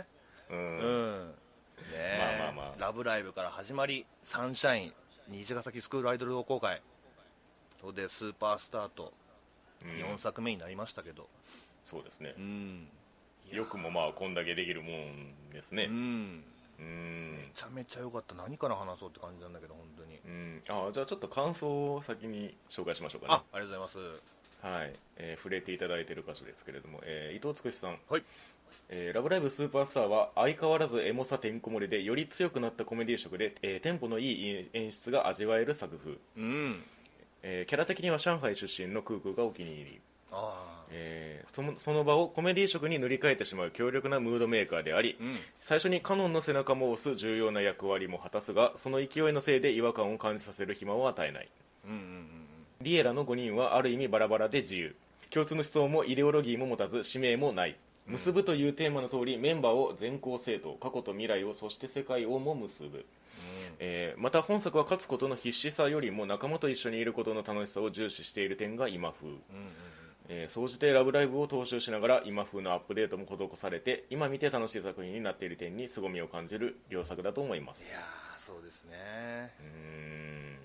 ラブライブから始まりサンシャイン、虹ヶ崎スクールアイドル同好会とでスーパースターと4作目になりましたけど、 そうですね、よくもこんだけできるもんですね。 めちゃめちゃ良かった。何から話そうって感じなんだけど本当に。 じゃあちょっと感想を先に紹介しましょうかね。 ありがとうございます。 はい、触れていただいている箇所ですけれども、伊藤つくしさん、 はい。 ラブライブスーパースターは相変わらずエモさてんこ盛りでより強くなったコメディ色で、テンポのいい演出が味わえる作風、キャラ的には上海出身のクークーがお気に入り、その場をコメディ色に塗り替えてしまう強力なムードメーカーであり、最初にカノンの背中も押す重要な役割も果たすが、その勢いのせいで違和感を感じさせる暇を与えない。リエラの5人はある意味バラバラで自由、共通の思想もイデオロギーも持たず使命もない。結ぶというテーマの通り、メンバーを全校生徒、過去と未来を、そして世界をも結ぶ。また本作は勝つことの必死さよりも仲間と一緒にいることの楽しさを重視している点が今風。総じてラブライブを踏襲しながら今風のアップデートも施されて、今見て楽しい作品になっている点に凄みを感じる良作だと思います。 いやそうですね。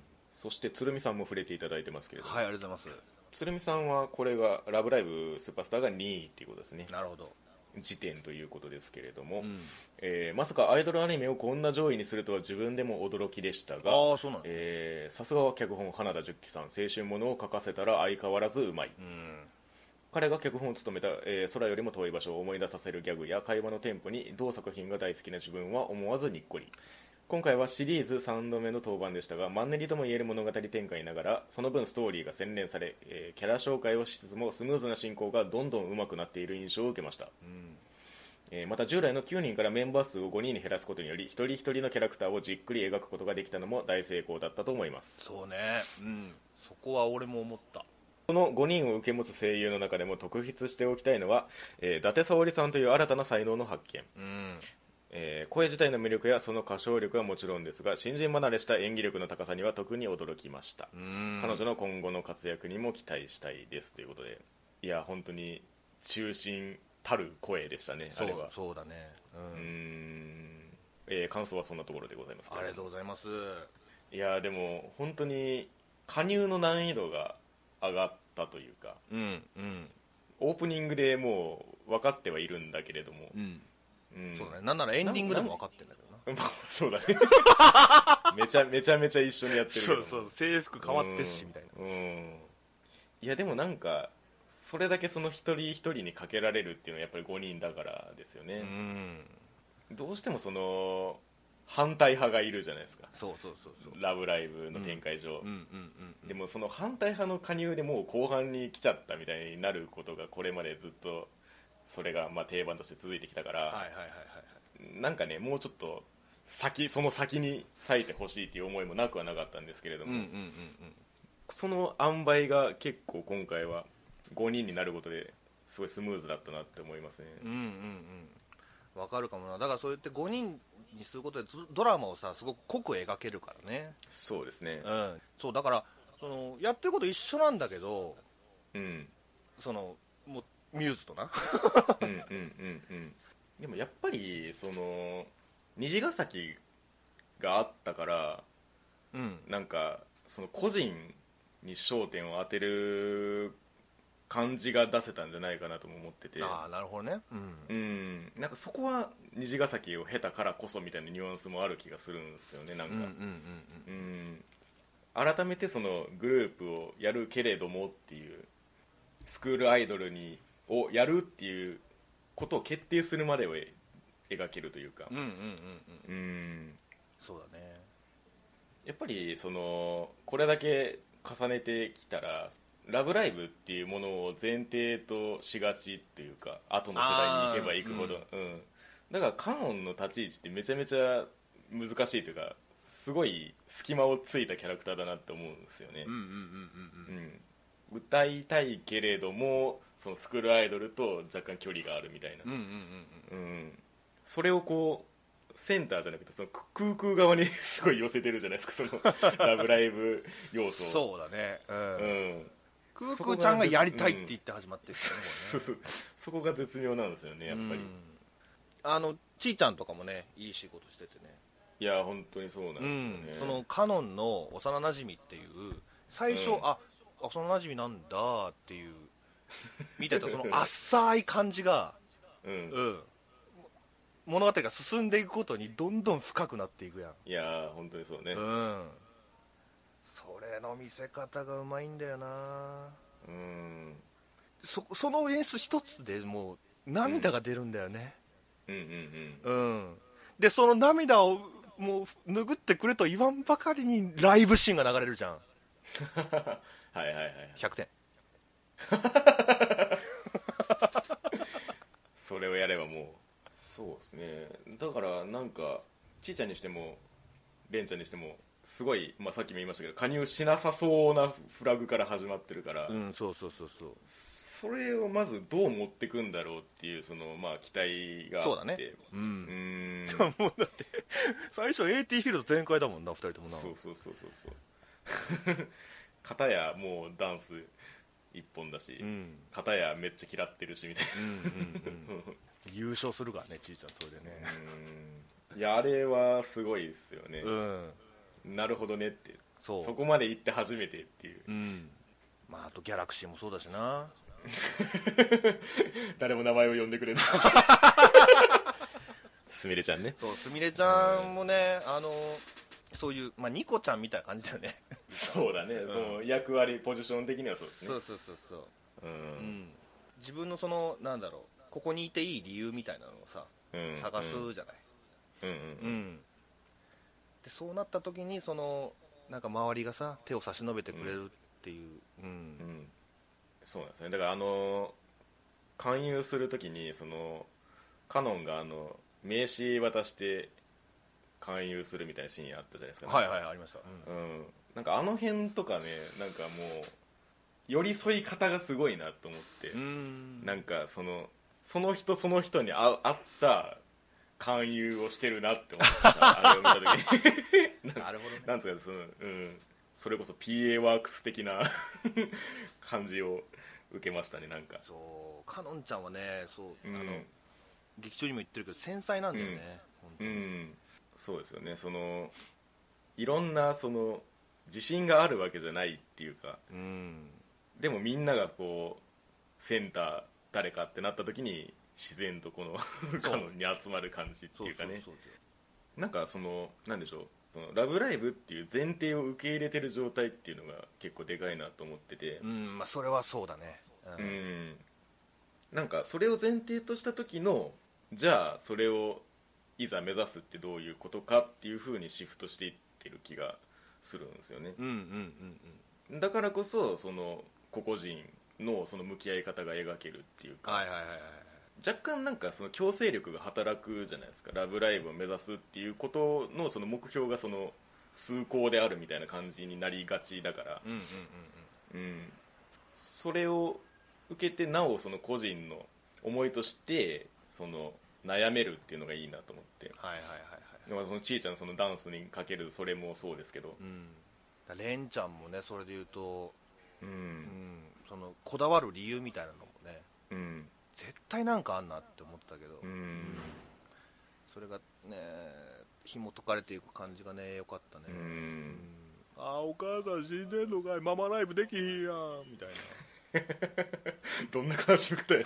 そして鶴見さんも触れていただいてますけれども、 はい、ありがとうございます。 鶴見さんはこれがラブライブスーパースターが2位っていうことですね。 なるほど。 時点ということですけれども、まさかアイドルアニメをこんな上位にするとは自分でも驚きでしたが、さすがは脚本花田十喜さん、青春ものを書かせたら相変わらずうまい。彼が脚本を務めた、空よりも遠い場所を思い出させるギャグや会話のテンポに同作品が大好きな自分は思わずにっこり。今回はシリーズ3度目の登板でしたが、マンネリとも言える物語展開ながら、その分ストーリーが洗練され、キャラ紹介をしつつもスムーズな進行がどんどん上手くなっている印象を受けました。また従来の9人からメンバー数を5人に減らすことにより、一人一人のキャラクターをじっくり描くことができたのも大成功だったと思います。 そうね、そこは俺も思った。 この5人を受け持つ声優の中でも特筆しておきたいのは、伊達沙織さんという新たな才能の発見。声自体の魅力やその歌唱力はもちろんですが、新人離れした演技力の高さには特に驚きました。彼女の今後の活躍にも期待したいですということで、いや本当に中心たる声でしたね。あれはそうだね。 感想はそんなところでございますか。 ありがとうございます。 いやでも本当に加入の難易度が上がったというか、オープニングでもう分かってはいるんだけれども、 そうだね、なんならエンディングでも分かってんだけどな。 そうだねめちゃめちゃ一緒にやってるけど、 そう制服変わってっしみたいな。 いやでもなんかそれだけその一人一人にかけられるっていうのはやっぱり5人だからですよね。どうしてもその反対派がいるじゃないですか。 そうラブライブの展開上、でもその反対派の加入でもう後半に来ちゃったみたいになることがこれまでずっとそれがまあ定番として続いてきたから、なんかねもうちょっとその先に割いてほしいっていう思いもなくはなかったんですけれども、その塩梅が結構今回は5人になることですごいスムーズだったなって思いますね。 わかるかもな。だからそうやって5人にすることでドラマをさすごく濃く描けるからね。 そうですね、 そうだからそのやってること一緒なんだけど、そのもうミューズとなでもやっぱりその虹ヶ崎があったから、なんかその個人に焦点を当てる感じが出せたんじゃないかなとも思ってて。 なるほどね。 なんかそこは虹ヶ崎を経たからこそみたいなニュアンスもある気がするんですよね。なんか改めてそのグループをやるけれどもっていう、スクールアイドルをやるっていうことを決定するまでを描けるというか、 そうだね。 やっぱりそのこれだけ重ねてきたらラブライブっていうものを前提としがちっていうか、後の世代に行けば行くほど、だからカノンの立ち位置ってめちゃめちゃ難しいというか、すごい隙間をついたキャラクターだなって思うんですよね。歌いたいけれどもそのスクールアイドルと若干距離があるみたいな、それをこうセンターじゃなくてその空空側にすごい寄せてるじゃないですか、そのラブライブ要素そうだね。空空ちゃんがやりたいって言って始まってるからね。 そこが絶妙なんですよね、やっぱり。 ちーちゃんとかもねいい仕事しててね。 いや本当にそうなんですよね。 そのカノンの幼なじみっていう最初、幼なじみなんだっていう見てたその浅い感じが、物語が進んでいくことにどんどん深くなっていくやん。 いや本当にそうね。 それの見せ方がうまいんだよな。その演出一つでもう涙が出るんだよね。でその涙をもう拭ってくれと言わんばかりにライブシーンが流れるじゃん。100点それをやればもうそうですね。だからなんかちーちゃんにしてもレンちゃんにしてもすごい、さっきも言いましたけど加入しなさそうなフラグから始まってるから、それをまずどう持ってくんだろうっていうその期待があって。 そうだね。もうだって最初 AT フィールド全開だもんな、2人ともな。 そう片やもうダンス一本だし、片やめっちゃ嫌ってるしみたいな優勝するからね、ちーちゃんそれでね。 いやあれはすごいですよね。なるほどねって。 そこまで行って初めてっていう、 まあ、あとギャラクシーもそうだしな誰も名前を呼んでくれないすみれちゃんね。 そう、すみれちゃんもね、そういう、まあ、ニコちゃんみたいな感じだよねそうだね、その役割ポジション的にはそうですね。 そう、自分のそのなんだろう、ここにいていい理由みたいなのをさ、探すじゃない。でそうなった時にそのなんか周りがさ手を差し伸べてくれるっていう、 そうなんですね。だから勧誘する時にそのカノンが名刺渡して勧誘するみたいなシーンあったじゃないですか、ね、 はいありました、 なんか辺とかね、なんかもう寄り添い方がすごいなと思って、なんかその人その人に合った勧誘をしてるなって思ったあれを見た時になるほど、ね、 なんつうかそれこそ PA ワークス的な感じを受けましたね。なんかそうかのんちゃんはね、そう、劇中にも言ってるけど繊細なんだよね、 そうですよね。いろんな自信があるわけじゃないっていうか、でもみんながこうセンター誰かってなった時に自然とこのカノンに集まる感じっていうかね、なんかなんでしょう、ラブライブっていう前提を受け入れてる状態っていうのが結構でかいなと思ってて、 まあ、それはそうだね、 なんかそれを前提とした時のじゃあそれをいざ目指すってどういうことかっていう風にシフトしていってる気がするんですよね。だからこそ個々人の向き合い方が描けるっていうか、若干なんか強制力が働くじゃないですか。ラブライブを目指すっていうことの目標が崇高であるみたいな感じになりがちだから、それを受けてなお個人の思いとして悩めるっていうのがいいなと思って、ちいちゃんのダンスにかけるそれもそうですけど、 レンちゃんもね、それで言うと、こだわる理由みたいなのもね、絶対なんかあんなって思ってたけど、それがね紐解かれていく感じがね良かったね。お母さん死んでんのかい、ママライブできひんやんみたいなどんな悲しみ方や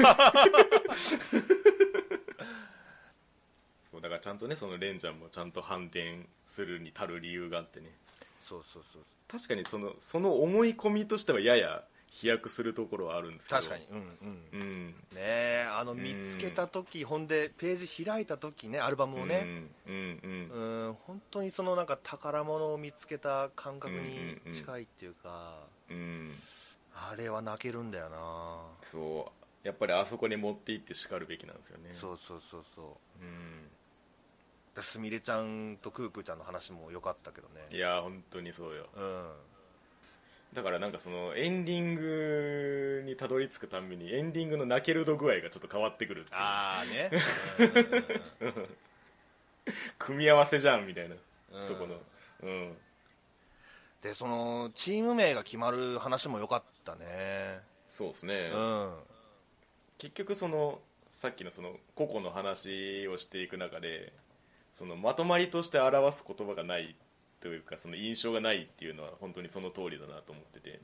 そうだからちゃんとね、レンちゃんもちゃんと反転するに足る理由があってね。 そう確かにその思い込みとしてはやや飛躍するところはあるんですけど、 確かに、ね、見つけた時、ほんでページ開いた時ね、アルバムをね、本当になんか宝物を見つけた感覚に近いっていうか、あれは泣けるんだよな。 そうやっぱりあそこに持っていって叱るべきなんですよね。 そうすみれちゃんとクークーちゃんの話も良かったけどね。 いや本当にそうよ、だからなんかエンディングにたどり着くためにエンディングの泣ける度具合がちょっと変わってくるっていうね組み合わせじゃんみたいな、そこのでチーム名が決まる話も良かったね。 そうですね、結局さっきの個々の話をしていく中でまとまりとして表す言葉がないというか印象がないっていうのは本当にその通りだなと思ってて、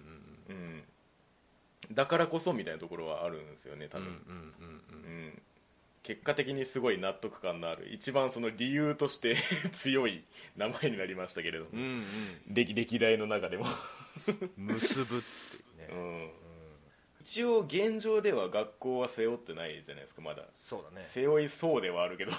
だからこそみたいなところはあるんですよね多分。結果的にすごい納得感のある、一番理由として強い名前になりましたけれども、歴代の中でも結ぶっていうね、 一応現状では学校は背負ってないじゃないですかまだ。 そうだね、 背負いそうではあるけど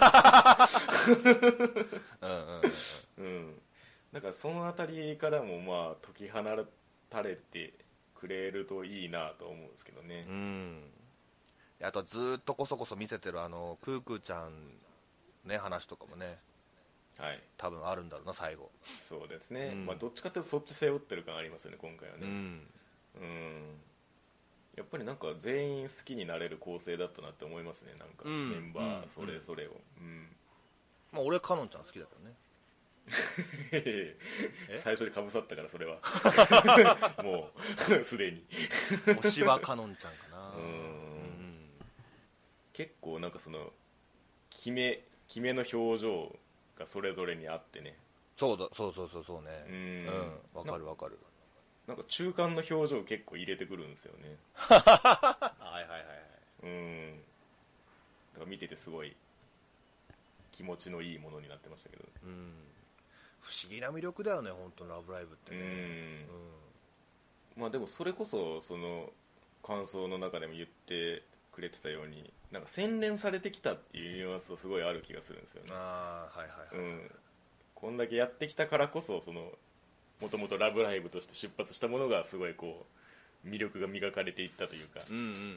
だからそのあたりからもまあ解き放たれてくれるといいなと思うんですけどね。 あとずっとこそこそ見せてるクークーちゃんね話とかもね、多分あるんだろうな最後。 そうですね、どっちかっていうとそっち背負ってる感ありますよね今回はね。やっぱりなんか全員好きになれる構成だったなって思いますね、なんかメンバーそれぞれを。 まあ俺はカノンちゃん好きだけどね最初にかぶさったからそれはもうすでに推しはカノンちゃんかな。 結構なんか決めの表情がそれぞれにあってね。 そうね。わかるわかる。 なんか中間の表情結構入れてくるんですよね。 はいはいはい。 だから見ててすごい気持ちのいいものになってましたけど、 不思議な魅力だよね本当ラブライブってね。 まあでもそれこそその感想の中でも言ってくれてたように、なんか洗練されてきたっていうニュアンスはすごいある気がするんですよね。こんだけやってきたからこそ、そのもともとラブライブとして出発したものがすごいこう魅力が磨かれていったというか。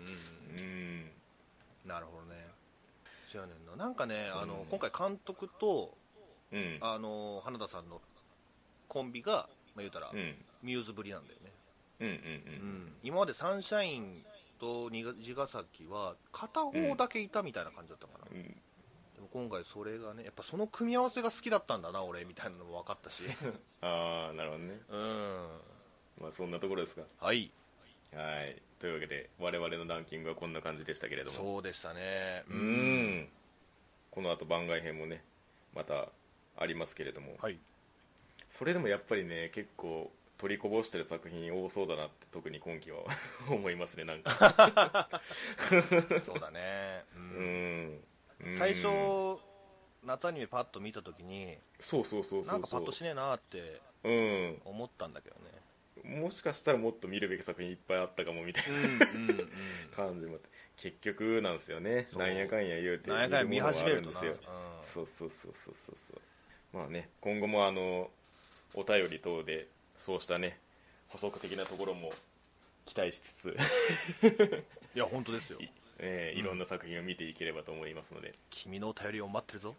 なるほどね。そうやねんな。なんかね、今回監督と、花田さんのコンビが、言うたら、ミューズぶりなんだよね。今までサンシャインと虹ヶ崎は片方だけいたみたいな感じだったかな。でも今回それがね、やっぱその組み合わせが好きだったんだな俺みたいなのも分かったし。 ああ、なるほどね。まあそんなところですか。 はい。 というわけで我々のランキングはこんな感じでしたけれども。 そうでしたね。 この後番外編もねまたありますけれども、 はい、 それでもやっぱりね結構取りこぼしてる作品多そうだなって、特に今期は思いますね。なんかそうだね。最初夏アニメパッと見た時になんかパッとしねえなって思ったんだけどね。 もしかしたらもっと見るべき作品いっぱいあったかもみたいな感じもあって、結局なんですよね。なんやかんや言うて見始めるんですよ。 そうまあね、今後もお便り等でそうしたね補足的なところも期待しつついや本当ですよ。 いろんな作品を見ていければと思いますので、 君のお便りを待ってるぞ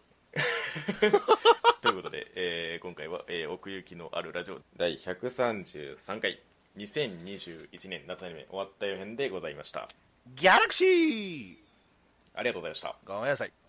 ということで、今回は、奥行きのあるラジオ第133回2021年夏アニメ終わったよ編でございました。 ギャラクシー、 ありがとうございました。 ごめんなさい。